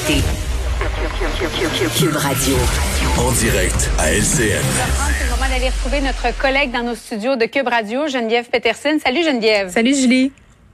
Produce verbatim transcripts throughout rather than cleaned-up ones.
écoutez Cube Radio. En direct à L C N. C'est le moment d'aller retrouver notre collègue dans nos studios de Cube Radio, Geneviève Peterson. Salut Geneviève. Salut Julie.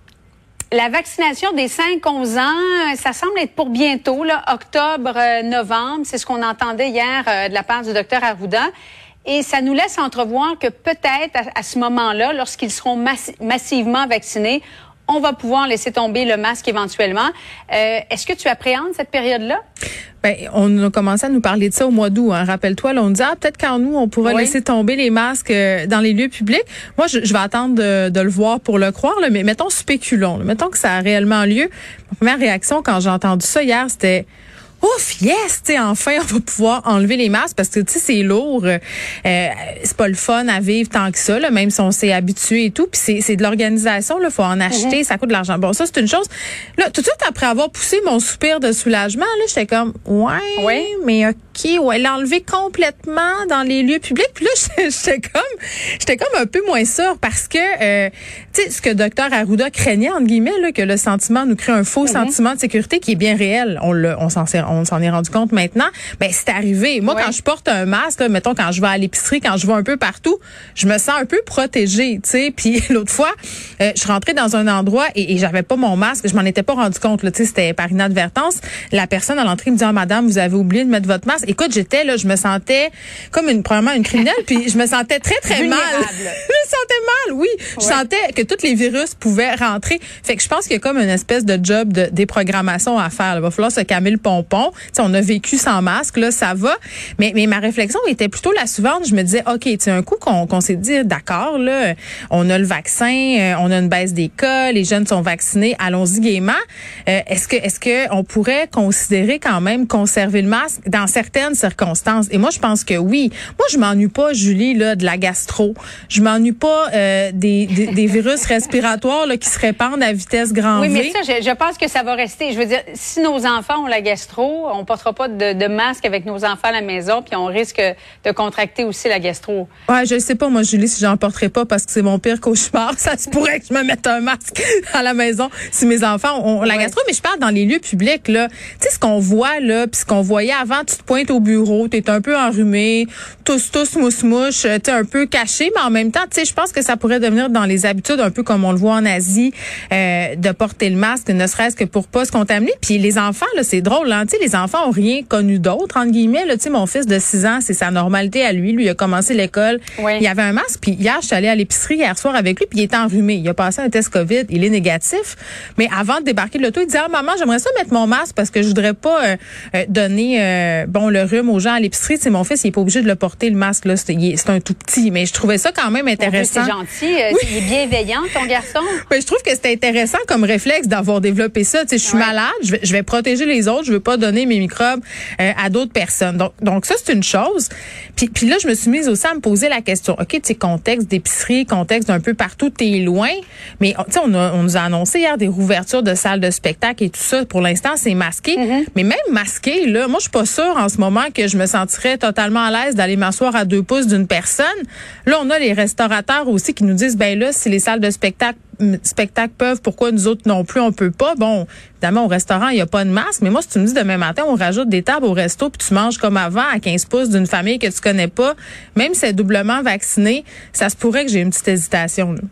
La vaccination des cinq à onze ans, ça semble être pour bientôt, là, octobre, euh, novembre. C'est ce qu'on entendait hier euh, de la part du docteur Arruda. Et ça nous laisse entrevoir que peut-être à, à ce moment-là, lorsqu'ils seront massi- massivement vaccinés, on va pouvoir laisser tomber le masque éventuellement. Euh, est-ce que tu appréhendes cette période-là? Ben, on a commencé à nous parler de ça au mois d'août. Hein. Rappelle-toi, là, on disait, ah, peut-être qu'en nous, on pourra oui. laisser tomber les masques euh, dans les lieux publics. Moi, je, je vais attendre de, de le voir pour le croire, là, mais mettons, spéculons. Là. Mettons que ça a réellement lieu. Ma première réaction quand j'ai entendu ça hier, c'était... Ouf, yes, tu sais, enfin, on va pouvoir enlever les masques parce que, tu sais, c'est lourd. Euh, c'est pas le fun à vivre tant que ça, là, même si on s'est habitué et tout. Puis c'est, c'est de l'organisation, là, faut en acheter, mm-hmm. ça coûte de l'argent. Bon, ça, c'est une chose. Là, tout de suite après avoir poussé mon soupir de soulagement, là, j'étais comme, ouais, oui. mais OK, ouais, l'enlever complètement dans les lieux publics. Puis là, j'étais comme, j'étais comme un peu moins sûre parce que, euh, tu sais, ce que docteur Arruda craignait, entre guillemets, là, que le sentiment nous crée un faux mm-hmm. sentiment de sécurité qui est bien réel. On le, on s'en sert on s'en est rendu compte maintenant, ben c'est arrivé. Moi, ouais. quand je porte un masque, là, mettons, quand je vais à l'épicerie, quand je vais un peu partout, je me sens un peu protégée, tu sais. Puis l'autre fois, euh, je rentrais dans un endroit et, et j'avais pas mon masque. Je m'en étais pas rendu compte, là, tu sais, c'était par inadvertance. La personne à l'entrée me dit, ah, madame, vous avez oublié de mettre votre masque. Écoute, j'étais là, je me sentais comme une, probablement une criminelle, puis je me sentais très, très mal. Je me sentais mal, oui. Ouais. Je sentais que tous les virus pouvaient rentrer. Fait que je pense qu'il y a comme une espèce de job de déprogrammation à faire. Il va falloir se calmer le pompon. T'sais, on a vécu sans masque, là, ça va. Mais, mais ma réflexion était plutôt la suivante. Je me disais, OK, tu sais, un coup qu'on, qu'on s'est dit, d'accord, là, on a le vaccin, euh, on a une baisse des cas, les jeunes sont vaccinés, allons-y gaiement. Euh, est-ce que, est-ce que on pourrait considérer quand même conserver le masque dans certaines circonstances? Et moi, je pense que oui. Moi, je m'ennuie pas, Julie, là, de la gastro. Je m'ennuie pas euh, des, des, des virus respiratoires là, qui se répandent à vitesse grand V. Oui, mais ça, je, je pense que ça va rester. Je veux dire, si nos enfants ont la gastro, on portera pas de, de masque avec nos enfants à la maison, puis on risque de contracter aussi la gastro. Ouais, je sais pas, moi, Julie, si j'en porterai pas parce que c'est mon pire cauchemar. Ça se pourrait que je me mette un masque à la maison si mes enfants ont la ouais. gastro. Mais je parle dans les lieux publics, là. Tu sais, ce qu'on voit, là, puis ce qu'on voyait avant, tu te pointes au bureau, t'es un peu enrhumé, tous, tous, mousse-mouche, t'es un peu caché, mais en même temps, tu sais, je pense que ça pourrait devenir dans les habitudes, un peu comme on le voit en Asie, euh, de porter le masque, ne serait-ce que pour pas se contaminer. Puis les enfants, là, c'est drôle, hein. Tu sais, les enfants ont rien connu d'autre, entre guillemets. Là, tu sais, mon fils de six ans, c'est sa normalité à lui. Lui, il a commencé l'école. Oui. Il avait un masque. Puis hier, je suis allée à l'épicerie hier soir avec lui, puis il était enrhumé. Il a passé un test COVID. Il est négatif. Mais avant de débarquer de l'auto, il disait, ah, maman, j'aimerais ça mettre mon masque parce que je voudrais pas euh, euh, donner euh, bon le rhume aux gens à l'épicerie. C'est mon fils, il est pas obligé de le porter, le masque. Là, c'est, il est, c'est un tout petit. Mais je trouvais ça quand même intéressant. Bon, c'est gentil. Euh, oui. Il est bienveillant, ton garçon. Ben, je trouve que c'était intéressant comme réflexe d'avoir développé ça. Tu sais, je suis ouais. malade. Je vais, je vais protéger les autres. Je veux pas donner mes microbes euh, à d'autres personnes. Donc, donc ça, c'est une chose. Puis, puis là, je me suis mise aussi à me poser la question. OK, tu sais, contexte d'épicerie, contexte d'un peu partout, t'es loin. Mais, tu sais, on, a, on nous a annoncé hier des rouvertures de salles de spectacle et tout ça. Pour l'instant, c'est masqué. Mm-hmm. Mais même masqué, là, moi, je suis pas sûre en ce moment que je me sentirais totalement à l'aise d'aller m'asseoir à deux pouces d'une personne. Là, on a les restaurateurs aussi qui nous disent, ben là, si les salles de spectacle spectacles peuvent, pourquoi nous autres non plus, on peut pas? Bon, évidemment, au restaurant, il n'y a pas de masque, mais moi, si tu me dis demain matin, on rajoute des tables au resto puis tu manges comme avant à quinze pouces d'une famille que tu connais pas, même si c'est doublement vacciné, ça se pourrait que j'ai une petite hésitation, là.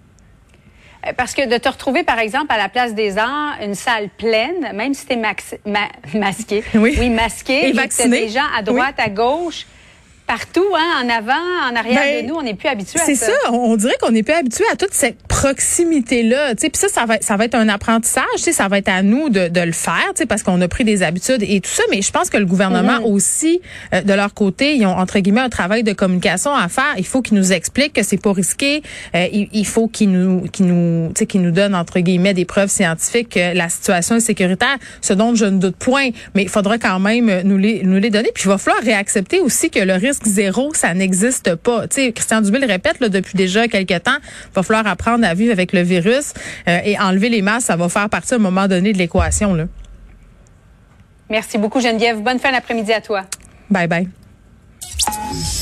Parce que de te retrouver, par exemple, à la Place des Arts, une salle pleine, même si t'es max- ma- masqué, oui, oui masqué, et, et vacciné, que t'as des gens à droite, oui. à gauche, partout, hein, en avant, en arrière ben, de nous, on n'est plus habitué à ça. C'est ça, on dirait qu'on n'est plus habitué à toute cette proximité-là, tu sais, puis ça, ça va, ça va être un apprentissage, tu sais, ça va être à nous de, de le faire, tu sais, parce qu'on a pris des habitudes et tout ça, mais je pense que le gouvernement mm-hmm. aussi, euh, de leur côté, ils ont, entre guillemets, un travail de communication à faire. Il faut qu'ils nous expliquent que c'est pas risqué, euh, il, il faut qu'ils nous, qu'ils nous, tu sais, qu'ils nous donnent, entre guillemets, des preuves scientifiques que la situation est sécuritaire, ce dont je ne doute point, mais il faudra quand même nous les, nous les donner, puis il va falloir réaccepter aussi que le risque zéro, ça n'existe pas. Tu sais, Christian Dubé le répète là, depuis déjà quelques temps, il va falloir apprendre à vivre avec le virus euh, et enlever les masques, ça va faire partie à un moment donné de l'équation, là. Merci beaucoup, Geneviève. Bonne fin d'après-midi à toi. Bye bye.